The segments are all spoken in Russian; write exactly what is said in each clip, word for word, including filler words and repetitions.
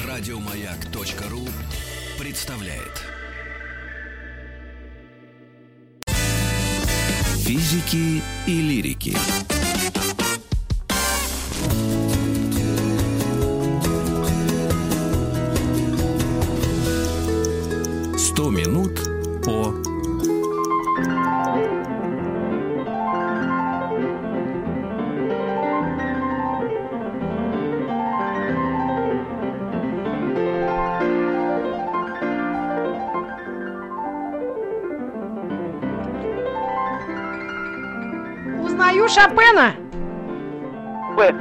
Радиомаяк.ру представляет Физики и лирики. Сто минут по... Узнаю Шопена. Вы.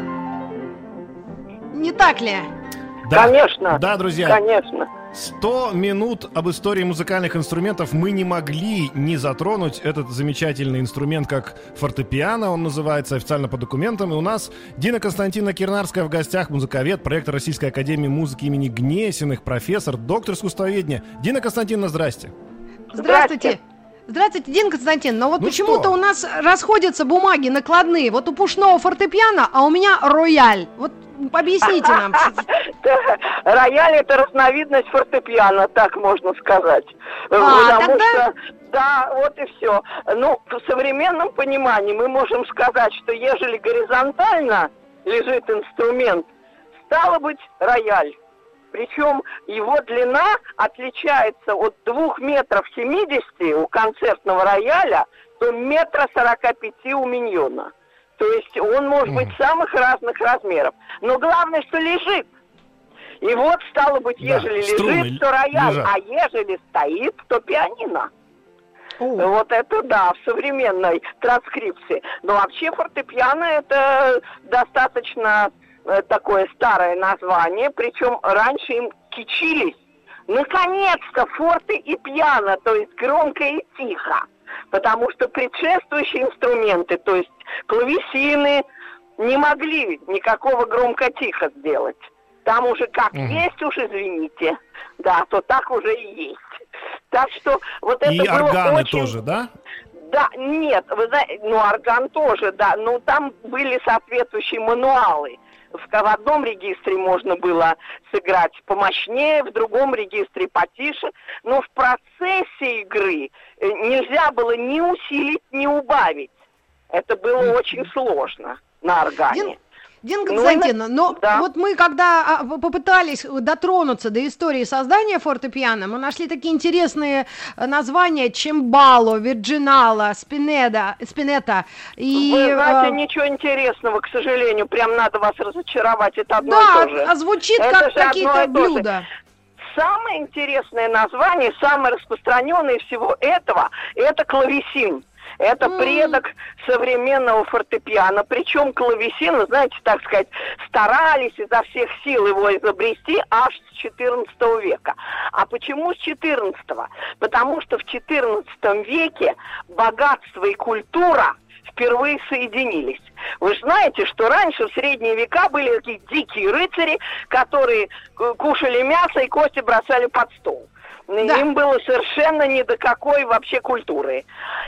Не так ли? Да, Конечно. Да, друзья. Конечно. Сто минут об истории музыкальных инструментов мы не могли не затронуть этот замечательный инструмент, как фортепиано, он называется официально по документам. И у нас Дина Константиновна Кирнарская в гостях, музыковед, проектор Российской академии музыки имени Гнесиных, профессор, доктор искусствоведения. Дина Константиновна, здрасте. Здравствуйте. Здравствуйте, Дина Константиновна. Но вот Ну почему-то что? у нас расходятся бумаги накладные. Вот у Пушного фортепиано, а у меня рояль. Вот объясните нам. Рояль — это разновидность фортепиано, так можно сказать. А, Потому тогда- что, да, вот и все. Ну, в современном понимании мы можем сказать, что ежели горизонтально лежит инструмент, стало быть, рояль. Причем его длина отличается от двух метров семидесяти у концертного рояля до метра сорока пяти у миньона. То есть он может быть самых разных размеров. Но главное, что лежит. И вот, стало быть, Да, ежели струны лежит, то рояль, лежат. а ежели стоит, то пианино. О, Вот это да, в современной транскрипции. Но вообще фортепиано — это достаточно э, такое старое название, причем раньше им кичились. Наконец-то форте и пиано, то есть громко и тихо. Потому что предшествующие инструменты, то есть клавесины, не могли никакого громко-тихо сделать. Там уже как Мгм. есть уж, извините, да, то так уже и есть. Так что вот это И было органы очень... тоже, да? Да, нет, вы знаете, ну орган тоже, да, но там были соответствующие мануалы. В, в одном регистре можно было сыграть помощнее, в другом регистре потише, но в процессе игры э, нельзя было ни усилить, ни убавить. Это было очень сложно на органе. Дин- Дина Ну, Константиновна, но да. вот мы, когда а, п- попытались дотронуться до истории создания фортепиано, мы нашли такие интересные э, названия: чембало, вирджинало, спинеда, спинета. И, Вы знаете, э, ничего интересного, к сожалению, прям надо вас разочаровать, это одно да, и то же. а звучит Это как же одно какие-то и то же. блюда. Самое интересное название, самое распространенное из всего этого, это клавесин. Это М. предок современного фортепиано. Причем клавесин, вы знаете, так сказать, старались изо всех сил его изобрести аж с четырнадцатого века. А почему с четырнадцатого? Потому что в четырнадцатом веке богатство и культура впервые соединились. Вы же знаете, что раньше в средние века были такие дикие рыцари, которые э, кушали мясо и кости бросали под стол. Да. Им было совершенно ни до какой вообще культуры.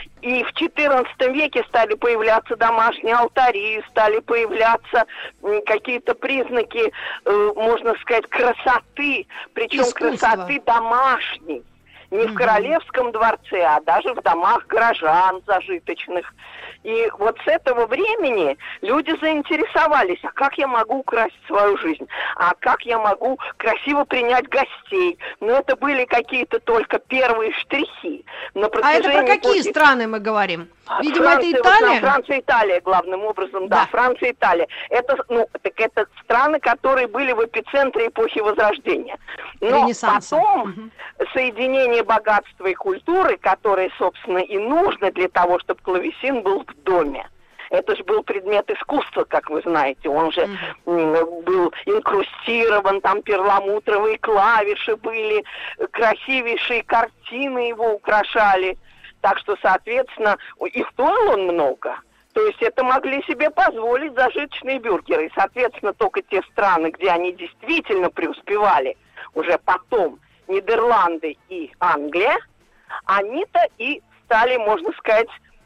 И в четырнадцатом веке стали появляться домашние алтари, стали появляться м, какие-то признаки, э, можно сказать, красоты, причем Искусства. красоты домашней. Не в Мгм. королевском дворце, а даже в домах горожан зажиточных. И вот с этого времени люди заинтересовались, а как я могу украсить свою жизнь, а как я могу красиво принять гостей. Но это были какие-то только первые штрихи. На А это протяжении про какие после- страны мы говорим? Видимо, Франция, это в основном, Италия? Франция, Италия, главным образом, да. Да. Франция, Италия. Это, ну, так это страны, которые были в эпицентре эпохи Возрождения. Но Ренессанса. потом Мгм. соединение богатства и культуры, которое, собственно, и нужно для того, чтобы клавесин был в доме. Это же был предмет искусства, как вы знаете. Он же м, был инкрустирован, там перламутровые клавиши были, красивейшие картины его украшали. Так что, соответственно, и стоил он много. То есть это могли себе позволить зажиточные бюргеры. И, соответственно, только те страны, где они действительно преуспевали, уже потом Нидерланды и Англия, они-то и стали, можно сказать,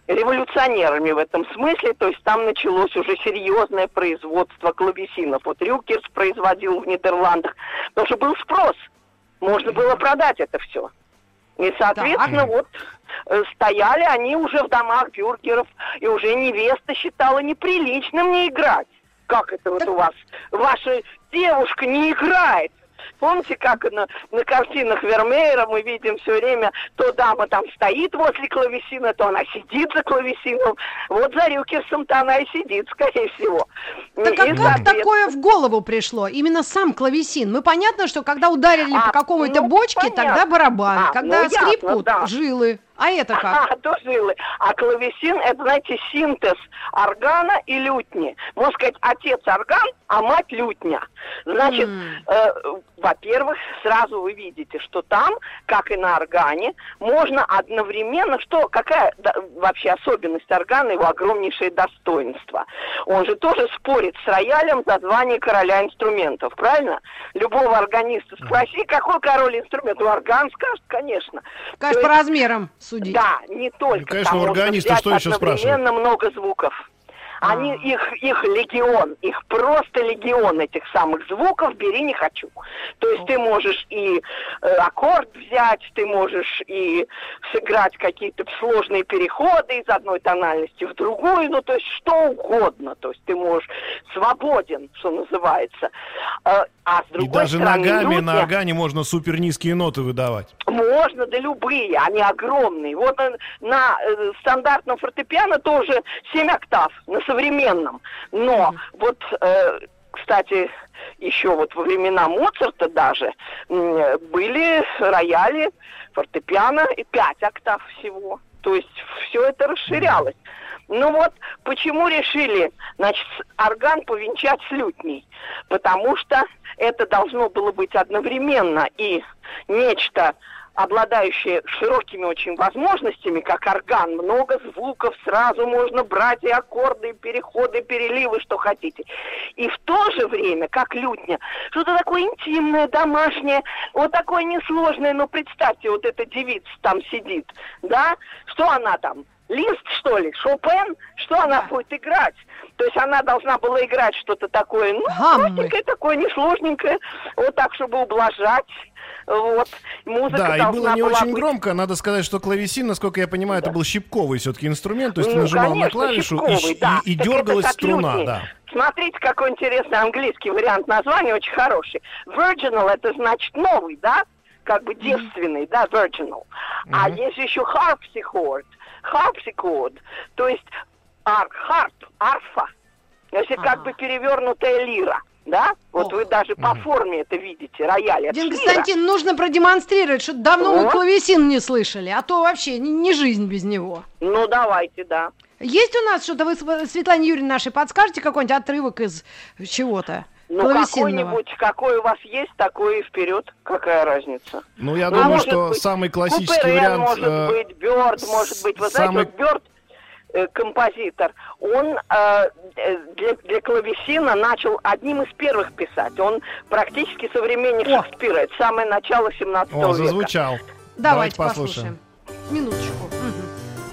революционерами в этом смысле, то есть там началось уже серьезное производство клавесинов. Вот Рюкерс производил в Нидерландах, потому что был спрос, можно было продать это все. И, соответственно, так. вот э, стояли они уже в домах бюргеров, и уже невеста считала неприличным не играть. Как это вот так... у вас? Ваша девушка не играет. Помните, как на, на картинах Вермеера мы видим все время, то дама там стоит возле клавесина, то она сидит за клавесином. Вот за Рюкерсом-то она и сидит, скорее всего. Так И, как, как соответственно... такое в голову пришло? Именно сам клавесин. Мы понятно, что когда ударили А, по какому-то ну, бочке, понятно. тогда барабан. А, когда ну, скрипку, ясно, да. жилы. А это как? А, то жилы. А клавесин, это, знаете, синтез органа и лютни. Можно сказать, отец орган, а мать лютня. Значит, Mm. э, во-первых, сразу вы видите, что там, как и на органе, можно одновременно, что, какая да, вообще особенность органа, его огромнейшее достоинство. Он же тоже спорит с роялем за звание короля инструментов, правильно? Любого органиста спроси, какой король инструмент, ну, орган скажет, конечно. Конечно, по размерам судить. Да, не только. Ну, конечно, там у органиста можно что взять еще спрашивать? одновременно много звуков. Они, А. их, их легион, их просто легион этих самых звуков, бери не хочу. То есть ты можешь и э, аккорд взять, ты можешь и сыграть какие-то сложные переходы из одной тональности в другую, ну то есть что угодно. То есть ты можешь свободен, что называется. Э, а с И другой даже стороны, ногами люди... на органе можно супер низкие ноты выдавать. Можно, да любые, они огромные. Вот на, на э, стандартном фортепиано тоже семь октав, на современном. Но mm-hmm. вот, э, кстати, еще вот во времена Моцарта даже э, были рояли, фортепиано и пять октав всего. То есть все это расширялось. Ну вот, почему решили, значит, орган повенчать с лютней? Потому что это должно было быть одновременно и нечто, обладающее широкими очень возможностями, как орган, много звуков, сразу можно брать и аккорды, и переходы, переливы, что хотите. И в то же время, как лютня, что-то такое интимное, домашнее, вот такое несложное, но представьте, вот эта девица там сидит, да, что она там? Лист, что ли? Шопен? Что она будет играть? То есть она должна была играть что-то такое, ну, Гаммы. простенькое такое, несложненькое, вот так, чтобы ублажать. Вот. Музыка Да, и должна было не была очень быть... громко. Надо сказать, что клавесин, насколько я понимаю, Да. это был щипковый все-таки инструмент. То есть ты Ну, нажимал конечно, на клавишу, и, щипковый, да. и, и Так это дергалась как струна. лютни. Да. Смотрите, какой интересный английский вариант названия, очень хороший. Virginal, это значит новый, да? Как бы девственный, mm-hmm. да, virginal. Mm-hmm. А есть еще harpsichord. Harpsichord, то есть ар, харп, арфа. Если Ага. как бы перевернутая лира. Да? Вот Ох. вы даже по форме это видите, рояль. Дин Константин, нужно продемонстрировать, что давно Вот. мы клавесин не слышали, а то вообще не, не жизнь без него. Ну, давайте, да. Есть у нас что-то, вы Светлане Юрьевне нашей подскажете какой-нибудь отрывок из чего-то Ну, клавесинного? какой-нибудь, какой у вас есть, такой и вперед. Какая разница? Ну, я А думаю, может что быть, самый классический Куперен, вариант... может э, быть, Бёрд, может быть. Вы самый- знаете, вот Бёрд, э, композитор, он э, для, для клавесина начал одним из первых писать. Он практически современник О. Шекспира. Это самое начало семнадцатого О, века. зазвучал. Давайте, Давайте послушаем. Минуточку. Мгм.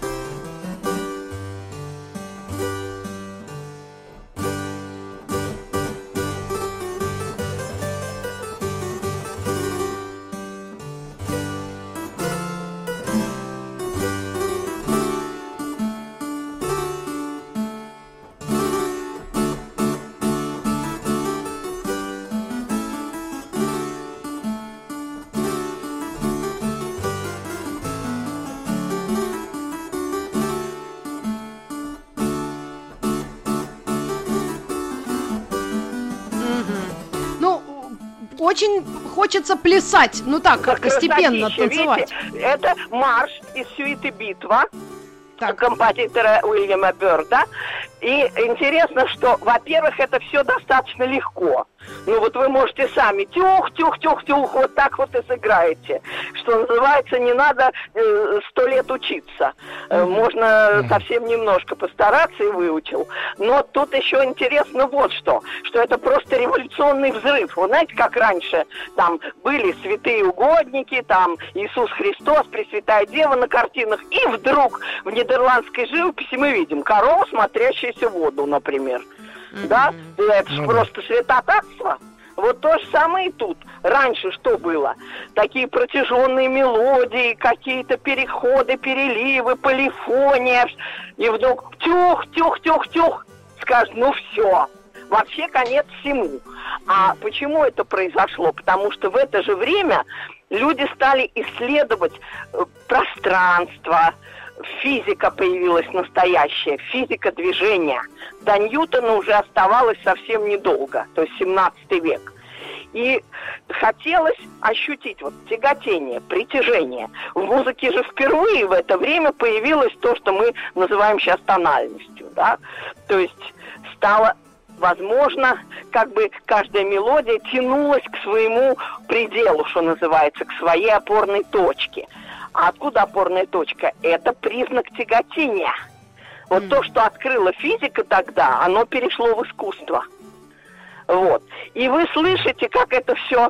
Ну, очень хочется плясать, ну так, Да, постепенно красотища, танцевать. видите? Это марш из сюиты «Битва» Так. композитора Уильяма Бёрда. И интересно, что, во-первых, это все достаточно легко. Ну вот вы можете сами тюх-тюх-тюх-тюх, вот так вот и сыграете. Что называется, не надо сто э, лет учиться. Э, можно mm-hmm. совсем немножко постараться и выучил. Но тут еще интересно вот что, что это просто революционный взрыв. Вы знаете, как раньше там были святые угодники, там Иисус Христос, Пресвятая Дева на картинах, и вдруг в нидерландской живописи мы видим корову, смотрящуюся в воду, например. Mm-hmm. Да? Это же mm-hmm. просто святотатство. Вот то же самое и тут. Раньше что было? Такие протяженные мелодии, какие-то переходы, переливы, полифония. И вдруг тюх-тюх-тюх-тюх. Скажет, ну все. Вообще конец всему. А почему это произошло? Потому что в это же время люди стали исследовать пространство. Физика появилась настоящая, физика движения. До Ньютона уже оставалось совсем недолго, то есть семнадцатый век. И хотелось ощутить вот тяготение, притяжение. В музыке же впервые в это время появилось то, что мы называем сейчас тональностью, да? То есть стало возможно, как бы каждая мелодия тянулась к своему пределу, что называется, к своей опорной точке. А откуда опорная точка? Это признак тяготения. Вот mm. то, что открыла физика тогда, оно перешло в искусство. Вот. И вы слышите, как это все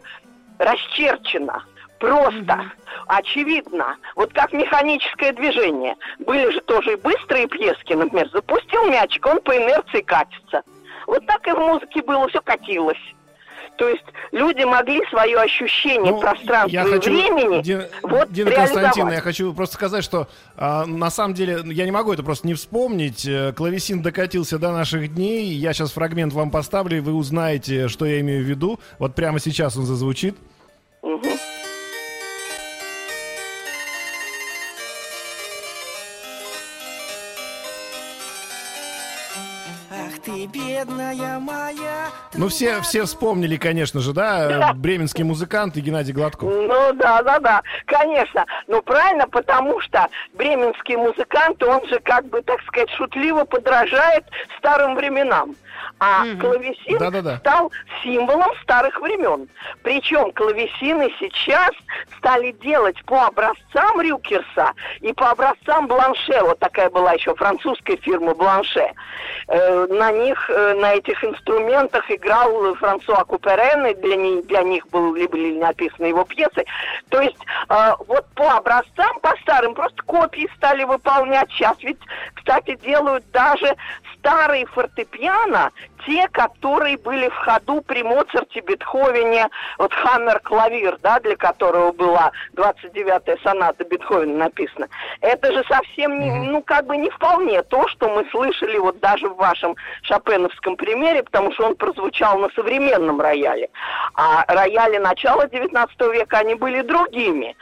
расчерчено. Просто, mm-hmm. очевидно. Вот как механическое движение. Были же тоже и быстрые пьески, например, запустил мячик, он по инерции катится. Вот так и в музыке было, все катилось. То есть люди могли свое ощущение ну, пространства и хочу, времени Ди, вот Дина Константиновна, я хочу просто сказать, что а, на самом деле, я не могу это просто не вспомнить. Клавесин докатился до наших дней. Я сейчас фрагмент вам поставлю, и вы узнаете, что я имею в виду. Вот прямо сейчас он зазвучит. Угу. Ты бедная моя. Ну, все, все вспомнили, конечно же, да, да, бременский музыкант и Геннадий Гладков. Ну, да, да, да, конечно. Ну, правильно, потому что бременский музыкант, он же, как бы, так сказать, шутливо подражает старым временам. А mm-hmm. клавесин Да-да-да. стал символом старых времен. Причем клавесины сейчас стали делать по образцам Рюкерса и по образцам Бланше. Вот такая была еще французская фирма Бланше. Э, на них, э, на этих инструментах играл Франсуа Куперен, и для, не, для них были, были написаны его пьесы. То есть э, вот по образцам, по старым, просто копии стали выполнять. Сейчас ведь, кстати, делают даже старые фортепиано, те, которые были в ходу при Моцарте, Бетховене, вот Хаммер-клавир, да, для которого была двадцать девятая соната Бетховена написана. Это же совсем, не, ну, как бы не вполне то, что мы слышали вот даже в вашем шопеновском примере, потому что он прозвучал на современном рояле. А рояли начала девятнадцатого века, они были другими.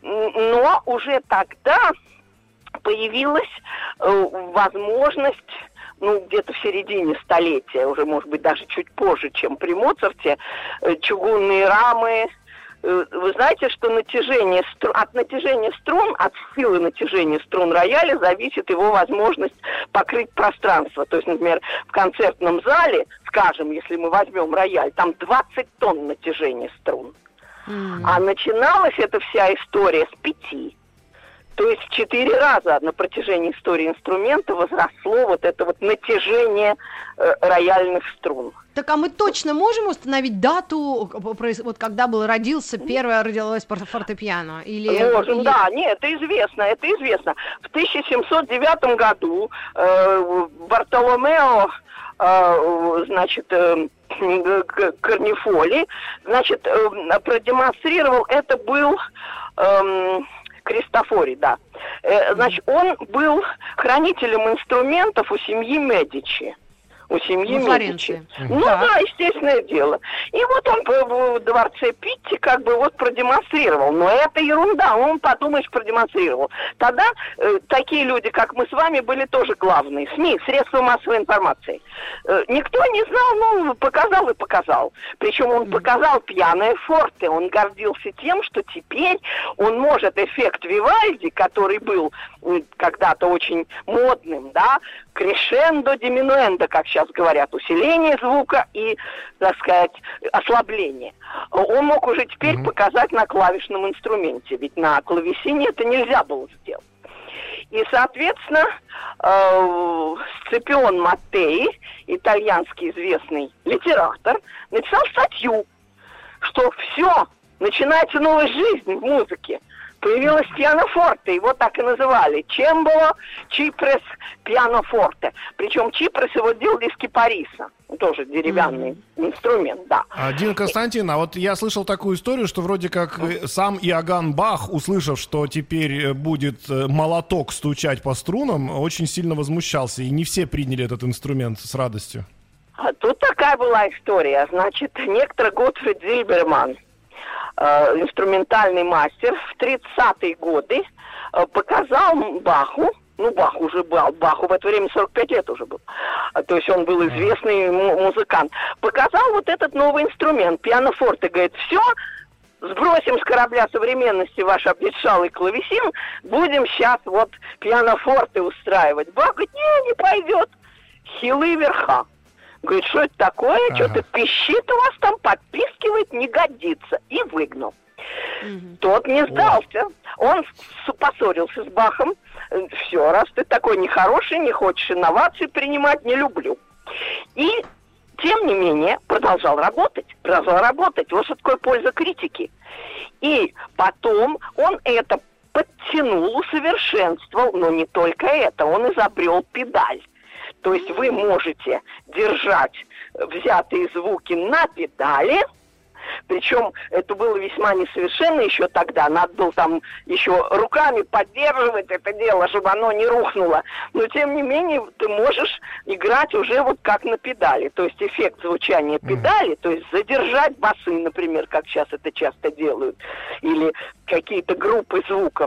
Но уже тогда появилась э, возможность, ну, где-то в середине столетия, уже, может быть, даже чуть позже, чем при Моцарте, чугунные рамы. Вы знаете, что натяжение струн, от натяжения струн, от силы натяжения струн рояля зависит его возможность покрыть пространство. То есть, например, в концертном зале, скажем, если мы возьмем рояль, там двадцать тонн натяжения струн. Mm. А начиналась эта вся история с пяти. То есть в четыре раза на протяжении истории инструмента возросло вот это вот натяжение э, рояльных струн. Так, а мы точно можем установить дату, вот когда был родился, первое родилось фортепиано? Или... Можем, или... да, нет, это известно, это известно. В тысяча семьсот девятом году э, Бартоломео, э, значит, э, Карнифоли, значит, э, продемонстрировал, это был... Э, Кристофори, да. Э, значит, он был хранителем инструментов у семьи Медичи. У семьи Медичи. Ну да. да, естественное дело. И вот он в дворце Питти как бы вот продемонстрировал. Но это ерунда, он, подумаешь, продемонстрировал. Тогда э, такие люди, как мы с вами, были тоже главные. СМИ, средства массовой информации. Э, никто не знал, ну, показал и показал. Причем он показал пьяное форте. Он гордился тем, что теперь он может эффект Вивальди, который был э, когда-то очень модным, да, крешендо, диминуэндо, как сейчас говорят, усиление звука и, так сказать, ослабление. Он мог уже теперь mm-hmm. показать на клавишном инструменте, ведь на клавесине это нельзя было сделать. И, соответственно, э, Сципион Маттеи, итальянский известный литератор, написал статью, что все, начинается новая жизнь в музыке. Появилось пианофорте, его так и называли. Чембало, чипрес, пианофорте. Причем чипрес его делали из кипариса. Тоже деревянный mm-hmm. инструмент, да. Дина Константин, а вот я слышал такую историю, что вроде как сам Иоганн Бах, услышав, что теперь будет молоток стучать по струнам, очень сильно возмущался. И не все приняли этот инструмент с радостью. А тут такая была история. Значит, некто Готфрид Зильберман, инструментальный мастер, в тридцатые годы показал Баху, ну, Бах уже был, Баху в это время сорок пять лет уже был, то есть он был известный музыкант, показал вот этот новый инструмент, пианофорте, говорит, все, сбросим с корабля современности ваш обветшалый клавесин, будем сейчас вот пианофорте устраивать. Бах говорит, не, не пойдет, хилы верха. Говорит, что это такое? Ага. Что-то пищит у вас там, подпискивает, не годится. И выгнал. Угу. Тот не сдался. Он поссорился с Бахом. Все, раз ты такой нехороший, не хочешь инновации принимать, не люблю. И, тем не менее, продолжал работать. Продолжал работать. Вот что такое польза критики. И потом он это подтянул, усовершенствовал. Но не только это. Он изобрел педаль. То есть вы можете держать взятые звуки на педали, причем это было весьма несовершенно еще тогда, надо было там еще руками поддерживать это дело, чтобы оно не рухнуло. Но тем не менее ты можешь играть уже вот как на педали, то есть эффект звучания педали, то есть задержать басы, например, как сейчас это часто делают, или какие-то группы звуков,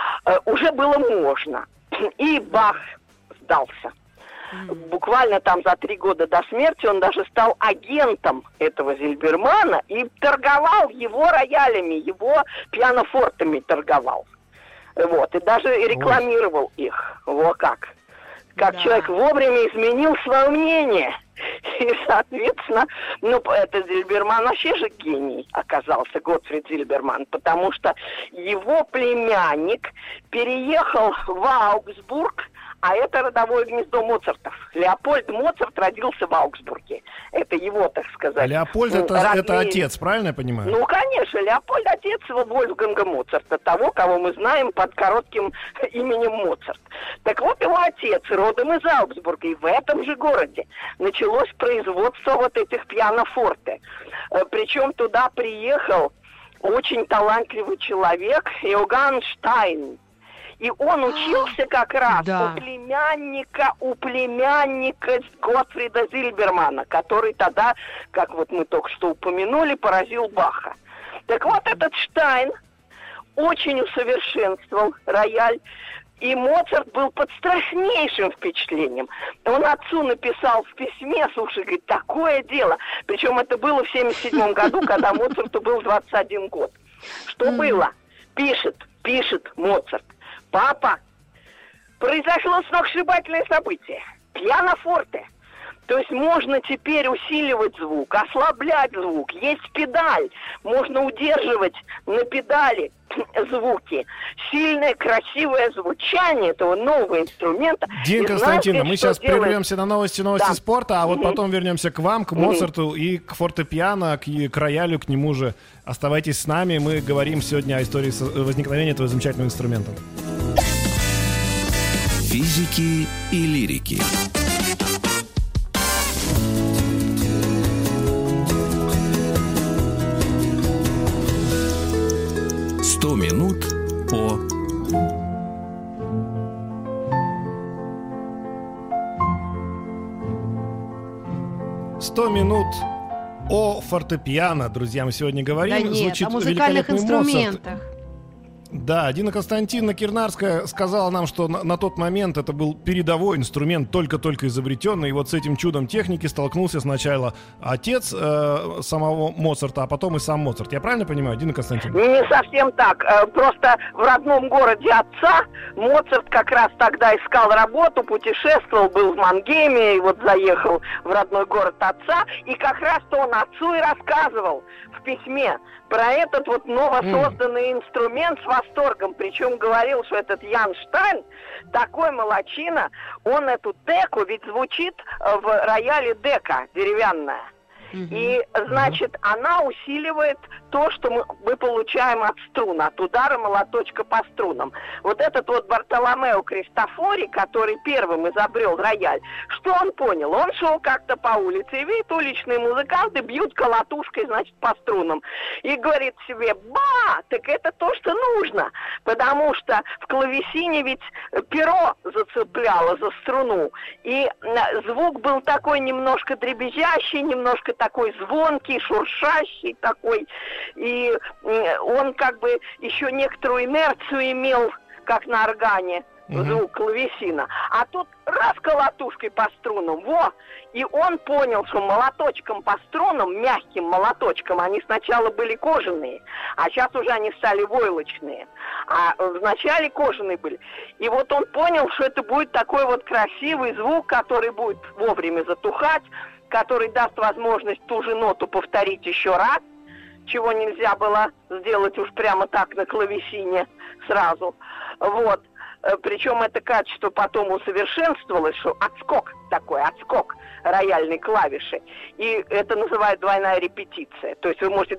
уже было можно. И Бах сдался. Буквально там за три года до смерти он даже стал агентом этого Зильбермана и торговал его роялями, его пианофортами торговал. Вот, и даже рекламировал Ой. их. Вот как. Как да. человек вовремя изменил свое мнение. И, соответственно, ну, это Зильберман вообще же гений оказался, Готфрид Зильберман, потому что его племянник переехал в Аугсбург, а это родовое гнездо Моцартов. Леопольд Моцарт родился в Аугсбурге. Это его, так сказать. Леопольд это, это отец, правильно я понимаю? Ну, конечно, Леопольд отец Вольфганга Моцарта, того, кого мы знаем под коротким именем Моцарт. Так вот, его отец родом из Аугсбурга, и в этом же городе началось производство вот этих пианофорте. Причем туда приехал очень талантливый человек Иоганн Штайн. И он учился как раз да. у племянника, у племянника Готфрида Зильбермана, который тогда, как вот мы только что упомянули, поразил Баха. Так вот, этот Штайн очень усовершенствовал рояль, и Моцарт был под страшнейшим впечатлением. Он отцу написал в письме, слушай, говорит, такое дело. Причем это было в семьдесят седьмом году, когда Моцарту был двадцать один год. Что mm. было? Пишет, пишет Моцарт. Папа, произошло сногсшибательное событие. Пианофорте. То есть можно теперь усиливать звук, ослаблять звук. Есть педаль. Можно удерживать на педали звуки. Сильное, красивое звучание этого нового инструмента. Дина Константиновна, мы сейчас делает... прервемся на новости, новости да. спорта, а вот mm-hmm. потом вернемся к вам, к Моцарту mm-hmm. и к фортепиано, к, к роялю, к нему же. Оставайтесь с нами, мы говорим сегодня о истории возникновения этого замечательного инструмента. Физики и лирики. Сто минут по... Сто минут о фортепиано, друзья, мы сегодня говорим. Да нет, Звучит о музыкальных инструментах. Моцарт. Да, Дина Константиновна Кирнарская сказала нам, что на, на тот момент это был передовой инструмент, только-только изобретенный, и вот с этим чудом техники столкнулся сначала отец э, самого Моцарта, а потом и сам Моцарт. Я правильно понимаю, Дина Константиновна? Не совсем так. Просто в родном городе отца Моцарт как раз тогда искал работу, путешествовал, был в Мангейме, и вот заехал в родной город отца, и как раз-то он отцу и рассказывал в письме про этот вот новосозданный mm. инструмент с восторгом. Причем говорил, что этот Ян Штайн такой молодчина, он эту деку, ведь звучит в рояле дека деревянная. Mm-hmm. И, значит, mm-hmm. она усиливает то, что мы, мы получаем от струн, от удара молоточка по струнам. Вот этот вот Бартоломео Кристофори, который первым изобрел рояль, что он понял? Он шел как-то по улице и видит, уличные музыканты бьют колотушкой, значит, по струнам. И говорит себе: ба, так это то, что нужно. Потому что в клавесине ведь перо зацепляло за струну. И звук был такой немножко дребезжащий, немножко такой звонкий, шуршащий такой, и он как бы еще некоторую инерцию имел, как на органе, mm-hmm. звук клавесина. А тут раз колотушкой по струнам, во! И он понял, что молоточком по струнам, мягким молоточком, они сначала были кожаные, а сейчас уже они стали войлочные. А вначале кожаные были. И вот он понял, что это будет такой вот красивый звук, который будет вовремя затухать, который даст возможность ту же ноту повторить еще раз, чего нельзя было сделать уж прямо так на клавесине сразу. Вот. Причем это качество потом усовершенствовалось, что отскок такой, отскок рояльной клавиши. И это называют двойная репетиция. То есть вы можете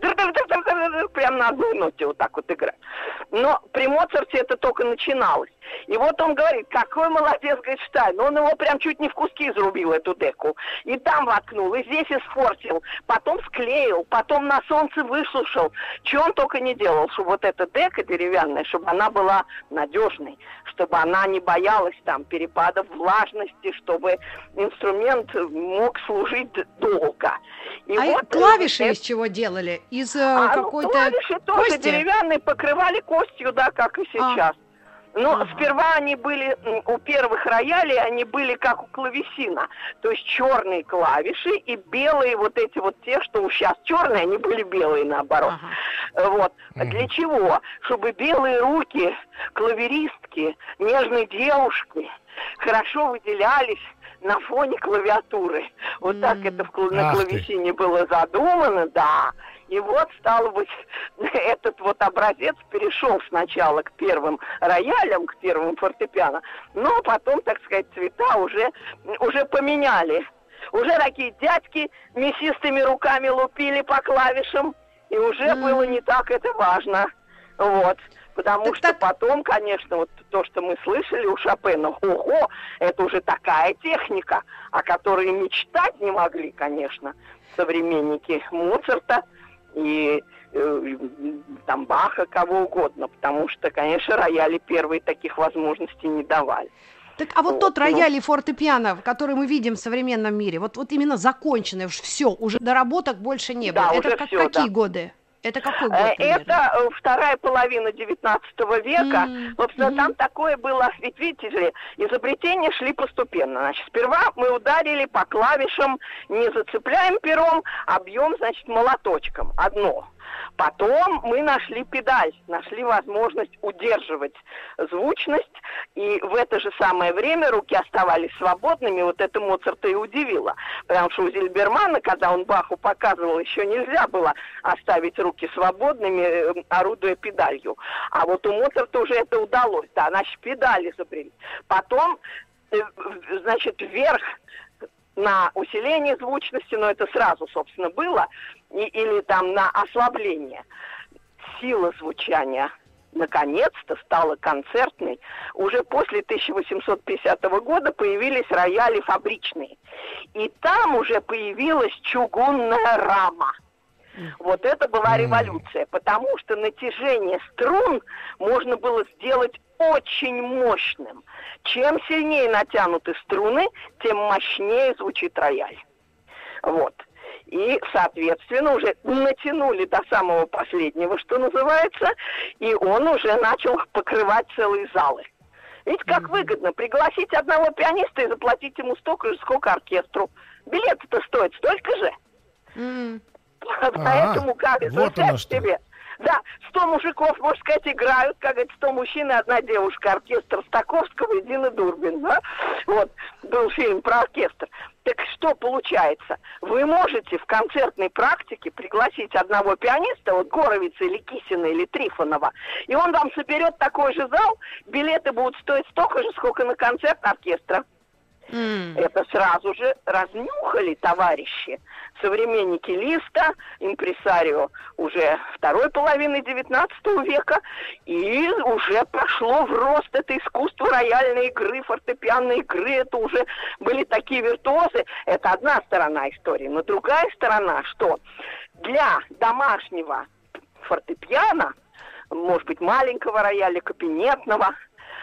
прямо на одной ноте вот так вот играть. Но при Моцарте это только начиналось. И вот он говорит: какой молодец, говорит, Штайн. Он его прям чуть не в куски зарубил, эту деку. И там воткнул, и здесь испортил. Потом склеил, потом на солнце высушил. Чего он только не делал, чтобы вот эта дека деревянная, чтобы она была надежной, чтобы она не боялась там перепадов влажности, чтобы инструмент мог служить долго. И а вот, клавиши это... из чего делали? Из а, какой-то ну, клавиши тоже кости? Деревянные, покрывали костью, да, как и сейчас. А. Но ага. сперва они были, у первых роялей, они были как у клавесина. То есть черные клавиши и белые вот эти вот те, что сейчас черные, они были белые наоборот. Ага. Вот. Ага. Для чего? Чтобы белые руки клавиристки, нежной девушки хорошо выделялись на фоне клавиатуры. Вот mm. так это в, на Ах клавесине ты. было задумано, да. И вот, стало быть, этот вот образец перешел сначала к первым роялям, к первым фортепиано, но потом, так сказать, цвета уже, уже поменяли. Уже такие дядьки мясистыми руками лупили по клавишам, и уже mm. было не так это важно. Вот. Потому так, что так... потом, конечно, вот то, что мы слышали у Шопена, ого, это уже такая техника, о которой мечтать не могли, конечно, современники Моцарта и э, там Баха, кого угодно, потому что, конечно, рояли первые таких возможностей не давали. Так, а вот, вот тот ну... рояль и фортепиано, который мы видим в современном мире, вот, вот именно законченный, все, уже доработок больше не было. Да, это как, все, какие да. годы? Это какой год примерно? Это вторая половина девятнадцатого века. Mm-hmm. Собственно, mm-hmm. там такое было, ведь видите ли, изобретения шли постепенно. Значит, сперва мы ударили по клавишам, не зацепляем пером, а бьем, значит, молоточком. Одно. Потом мы нашли педаль, нашли возможность удерживать звучность, и в это же самое время руки оставались свободными. Вот это Моцарта и удивило. Потому что у Зильбермана, когда он Баху показывал, еще нельзя было оставить руки свободными, орудуя педалью. А вот у Моцарта уже это удалось. Да, значит, педаль изобрели. Потом, значит, вверх на усиление звучности, но это сразу, собственно, было, и, или там на ослабление. Сила звучания наконец-то стала концертной. Уже после тысяча восемьсот пятидесятого года появились рояли фабричные. И там уже появилась чугунная рама. Вот это была революция, потому что натяжение струн можно было сделать очень мощным. Чем сильнее натянуты струны, тем мощнее звучит рояль. Вот. И, соответственно, уже натянули до самого последнего, что называется, и он уже начал покрывать целые залы. Видите, как выгодно пригласить одного пианиста и заплатить ему столько же, сколько оркестру. Билеты-то стоят столько же. Mm. Поэтому как, вот оно что. себе. Да, сто мужиков, можно сказать, играют, как это, сто мужчин и одна девушка, оркестр Стаковского и Дины Дурбин, да? Вот, был фильм про оркестр. Так что получается? Вы можете в концертной практике пригласить одного пианиста, вот Горовица или Кисина или Трифонова, и он вам соберет такой же зал, билеты будут стоить столько же, сколько на концерт оркестра. Mm. Это сразу же разнюхали товарищи, современники Листа, импресарио уже второй половины девятнадцатого века, и уже пошло в рост это искусство рояльной игры, фортепианной игры, это уже были такие виртуозы. Это одна сторона истории, но другая сторона, что для домашнего фортепиано, может быть, маленького рояля, кабинетного,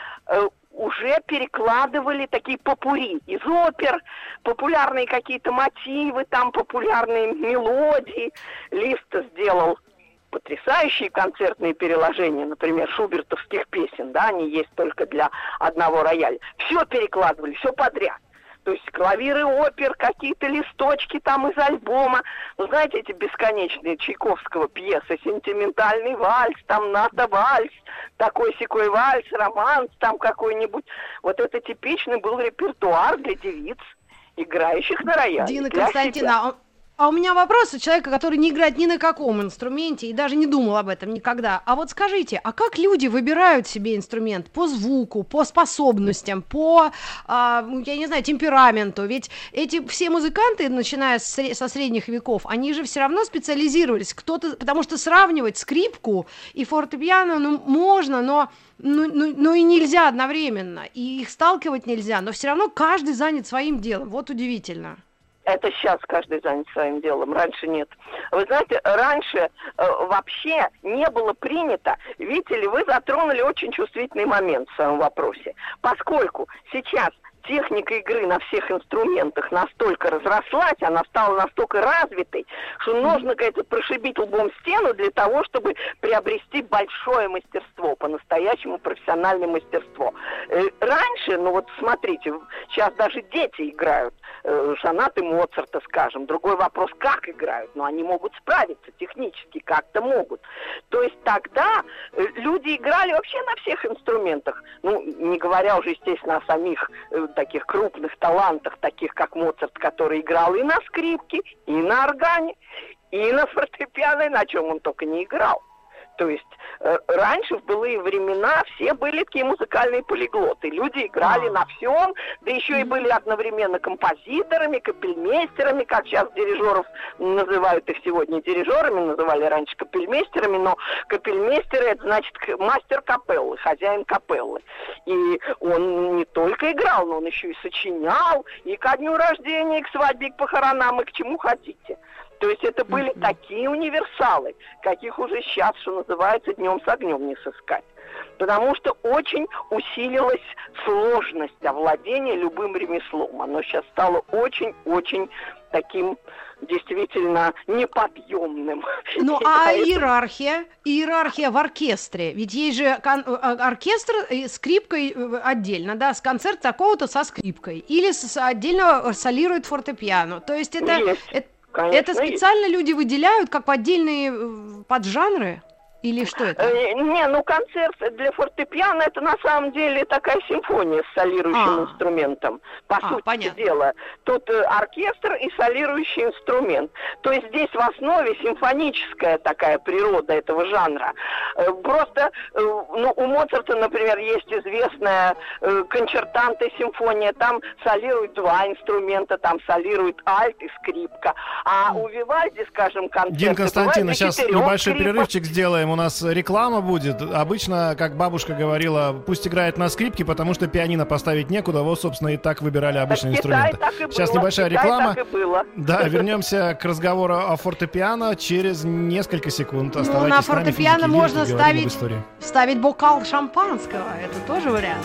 уже перекладывали такие попурри из опер, популярные какие-то мотивы, там популярные мелодии. Лист сделал потрясающие концертные переложения, например, шубертовских песен, да, они есть только для одного рояля. Все перекладывали, все подряд. То есть клавиры опер, какие-то листочки там из альбома. Вы знаете, эти бесконечные Чайковского пьесы, сентиментальный вальс, там ната вальс, такой-сякой вальс, романс там какой-нибудь. Вот это типичный был репертуар для девиц, играющих на рояле. Дина Константиновна, а у меня вопрос у человека, который не играет ни на каком инструменте и даже не думал об этом никогда. А вот скажите, а как люди выбирают себе инструмент? По звуку, по способностям, по, а, я не знаю, темпераменту? Ведь эти все музыканты, начиная с, со средних веков, они же все равно специализировались. Кто-то, потому что сравнивать скрипку и фортепиано, ну, можно, но... Ну, ну, ну и нельзя одновременно, и их сталкивать нельзя, но все равно каждый занят своим делом. Вот удивительно. Это сейчас каждый занят своим делом, раньше нет. Вы знаете, раньше э, вообще не было принято, видите ли, вы затронули очень чувствительный момент в своем вопросе, поскольку сейчас техника игры на всех инструментах настолько разрослась, она стала настолько развитой, что нужно, говорится, прошибить лбом стену для того, чтобы приобрести большое мастерство, по-настоящему профессиональное мастерство. Раньше, ну вот смотрите, сейчас даже дети играют сонаты Моцарта, скажем. Другой вопрос, как играют, но они могут справиться технически, как-то могут. То есть тогда люди играли вообще на всех инструментах, ну, не говоря уже, естественно, о самих таких крупных талантах, таких как Моцарт, который играл и на скрипке, и на органе, и на фортепиано, и на чем он только не играл. То есть э, раньше, в былые времена, все были такие музыкальные полиглоты. Люди играли на всем, да еще и были одновременно композиторами, капельмейстерами, как сейчас дирижеров называют их сегодня дирижерами, называли раньше капельмейстерами, но капельмейстеры — это значит мастер капеллы, хозяин капеллы. И он не только играл, но он еще и сочинял, и ко дню рождения, и к свадьбе, и к похоронам, и к чему хотите. То есть это были mm-hmm. такие универсалы, каких уже сейчас, что называется, днем с огнем не сыскать. Потому что очень усилилась сложность овладения любым ремеслом. Оно сейчас стало очень-очень таким действительно неподъемным. Ну а иерархия? Иерархия в оркестре. Ведь есть же кон- оркестр с скрипкой отдельно, да, с концерт такого-то со скрипкой. Или с- отдельно солирует фортепиано. То есть это... это Конечно, это специально есть. Люди выделяют как отдельные поджанры? Или что это? Э, не, ну концерт для фортепиано — это на самом деле такая симфония с солирующим а. инструментом. По а, сути понятно. Дела. Тут э, оркестр и солирующий инструмент. То есть здесь в основе симфоническая такая природа этого жанра. Э, просто э, ну, у Моцарта, например, есть известная э, кончертанта симфония. Там солируют два инструмента, там солирует альт и скрипка. А у Вивальди, скажем, концерт... Дин Константиновна, сейчас небольшой скрипок. Перерывчик сделаем. У нас реклама будет. Обычно, как бабушка говорила, пусть играет на скрипке, потому что пианино поставить некуда. Вот, собственно, и так выбирали обычные так инструменты. Сейчас было. Небольшая Китай реклама. Да, вернемся к разговору о фортепиано через несколько секунд. Ну, на фортепиано можно ставить, ставить бокал шампанского. Это тоже вариант.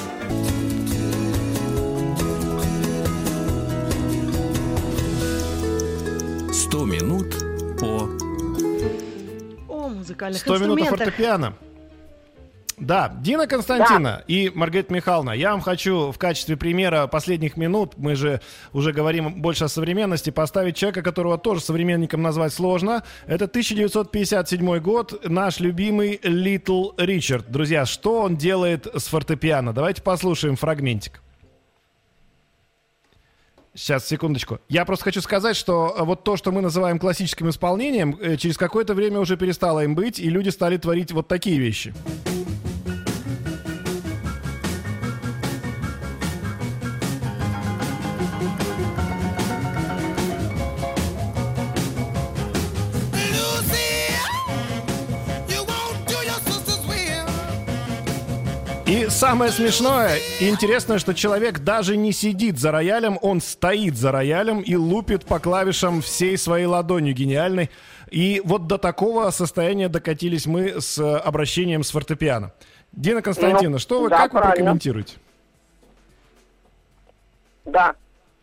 сто минут по... О музыкальных сто минут инструментах. фортепиано. Да, Дина Константина да. и Маргарита Михайловна, я вам хочу в качестве примера последних минут, мы же уже говорим больше о современности, поставить человека, которого тоже современником назвать сложно. Это тысяча девятьсот пятьдесят седьмой год, наш любимый Литл Ричард. Друзья, что он делает с фортепиано? Давайте послушаем фрагментик. Сейчас, секундочку. Я просто хочу сказать, что вот то, что мы называем классическим исполнением, через какое-то время уже перестало им быть, и люди стали творить вот такие вещи. И самое смешное и интересное, что человек даже не сидит за роялем, он стоит за роялем и лупит по клавишам всей своей ладонью гениальной. И вот до такого состояния докатились мы с обращением с фортепиано. Дина Константиновна, ну, что вы, да, как правильно. вы прокомментируете? Да.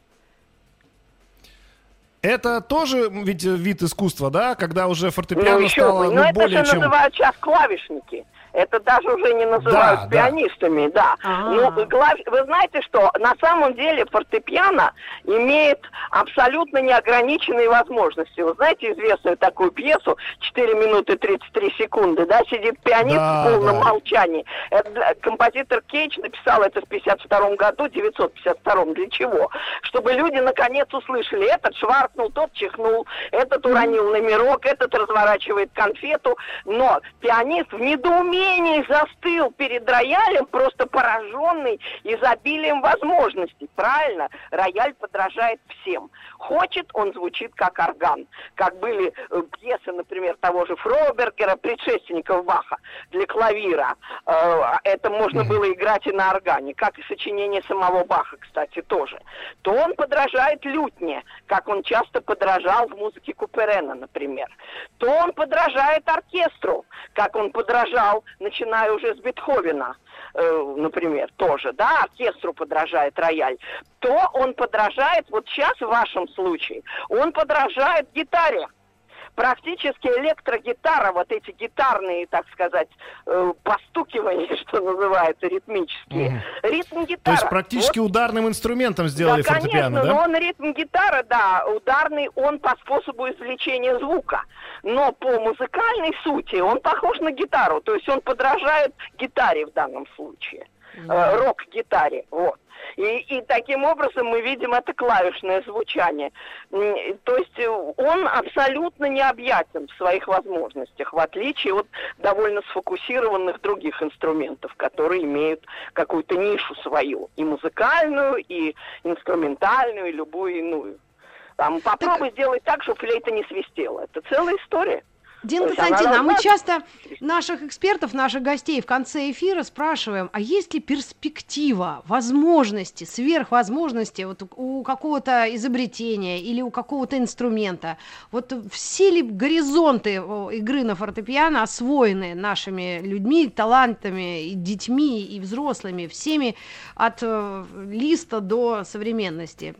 Это тоже ведь вид искусства, да? Когда уже фортепиано ну, стало ну, ну, это более же чем... называют сейчас клавишники. Это даже уже не называют да, пианистами, да. да. Ну, клав... Вы знаете, что на самом деле фортепиано имеет абсолютно неограниченные возможности. Вы знаете известную такую пьесу «четыре минуты тридцать три секунды», да, сидит пианист да, в полном да. молчании. Это, композитор Кейдж написал это в пятьдесят втором году, девятьсот пятьдесят втором. Для чего? Чтобы люди наконец услышали. Этот шваркнул, тот чихнул, этот уронил номерок, этот разворачивает конфету. Но пианист в недоумении застыл перед роялем, просто пораженный изобилием возможностей. Правильно? Рояль подражает всем. Хочет, он звучит как орган. Как были э, пьесы, например, того же Фроубергера, предшественников Баха, для клавира. Э, это можно было играть и на органе, как и сочинение самого Баха, кстати, тоже. То он подражает лютне, как он часто подражал в музыке Куперена, например. То он подражает оркестру, как он подражал, начиная уже с Бетховена, э, например, тоже, да, оркестру подражает рояль, то он подражает, вот сейчас в вашем случае, он подражает гитаре. Практически электрогитара, вот эти гитарные, так сказать, э, постукивания, что называется, ритмические. Mm. Ритм-гитара. То есть практически вот. Ударным инструментом сделали да, фортепиано, конечно, да? но он ритм-гитара, да, ударный, он по способу извлечения звука. Но по музыкальной сути он похож на гитару, то есть он подражает гитаре в данном случае. Mm. Э, рок-гитаре, вот. И, и таким образом мы видим это клавишное звучание. То есть он абсолютно необъятен в своих возможностях, в отличие от довольно сфокусированных других инструментов, которые имеют какую-то нишу свою, и музыкальную, и инструментальную, и любую иную. Там, попробуй так... сделать так, чтобы флейта не свистела. Это целая история. Дина Константиновна, а мы часто наших экспертов, наших гостей в конце эфира спрашиваем, а есть ли перспектива, возможности, сверхвозможности вот у какого-то изобретения или у какого-то инструмента? Вот все ли горизонты игры на фортепиано освоены нашими людьми, талантами, и детьми, и взрослыми, всеми от э, листа до современности?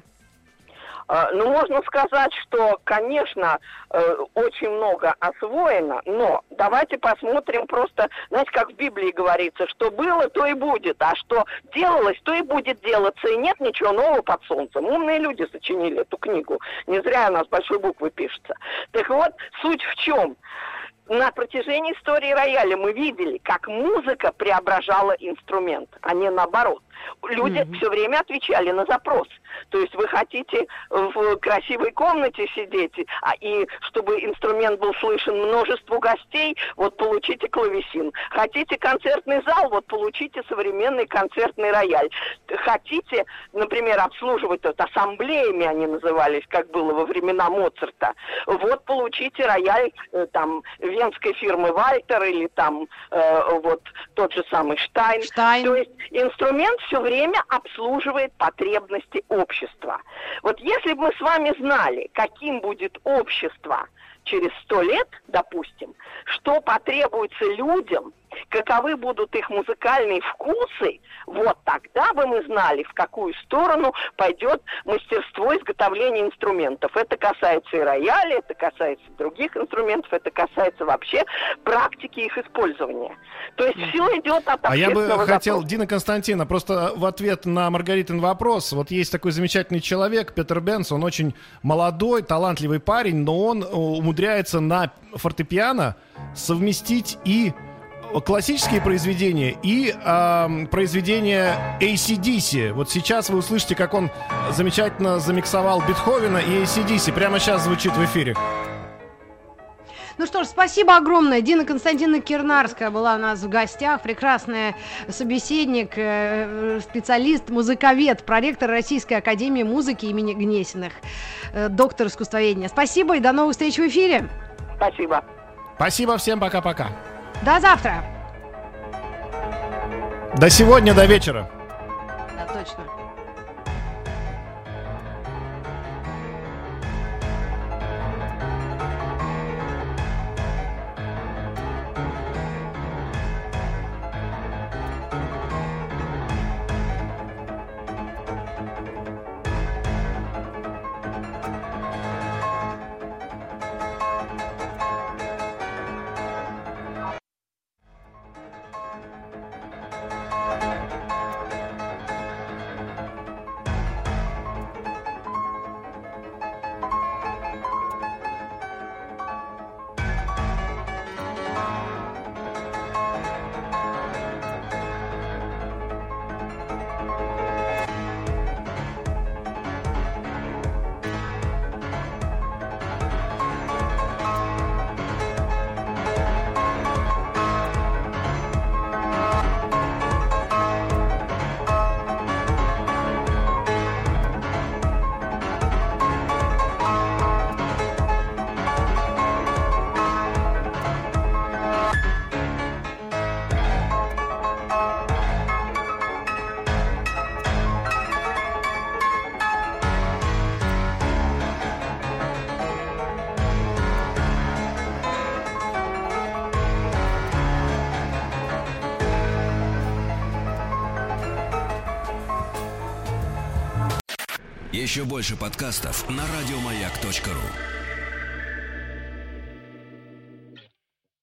Ну, можно сказать, что, конечно, очень много освоено, но давайте посмотрим просто, знаете, как в Библии говорится, что было, то и будет, а что делалось, то и будет делаться, и нет ничего нового под солнцем. Умные люди сочинили эту книгу, не зря у нас большой буквы пишется. Так вот, суть в чем? На протяжении истории рояля мы видели, как музыка преображала инструмент, а не наоборот. Люди mm-hmm. все время отвечали на запрос. То есть вы хотите в красивой комнате сидеть, а, и чтобы инструмент был слышен множеству гостей, вот получите клавесин. Хотите концертный зал, вот получите современный концертный рояль. Хотите, например, обслуживать вот, ассамблеями они назывались, как было во времена Моцарта, вот получите рояль там венской фирмы Вальтер или там э, вот тот же самый Штайн. Штайн. То есть инструмент все время обслуживает потребности общества. Вот если бы мы с вами знали, каким будет общество через сто лет, допустим, что потребуется людям, каковы будут их музыкальные вкусы, вот тогда бы мы знали, в какую сторону пойдет мастерство изготовления инструментов. Это касается и рояля, это касается других инструментов, это касается вообще практики их использования. То есть все идет от общественного А я бы запроса. хотел, Дина Константиновна, просто в ответ на Маргаритин вопрос. Вот есть такой замечательный человек, Петер Бенц, он очень молодой, талантливый парень, но он умудряется на фортепиано совместить и классические произведения и э, произведения эй си ди си. Вот сейчас вы услышите, как он замечательно замиксовал Бетховена и эй си ди си. Прямо сейчас звучит в эфире. Ну что ж, спасибо огромное. Дина Константиновна Кирнарская была у нас в гостях. Прекрасный собеседник, специалист, музыковед, проректор Российской академии музыки имени Гнесиных, доктор искусствоведения. Спасибо и до новых встреч в эфире. Спасибо. Спасибо всем, пока-пока. До завтра. До сегодня, до вечера. Да, точно. Еще больше подкастов на радиомаяк точка ру.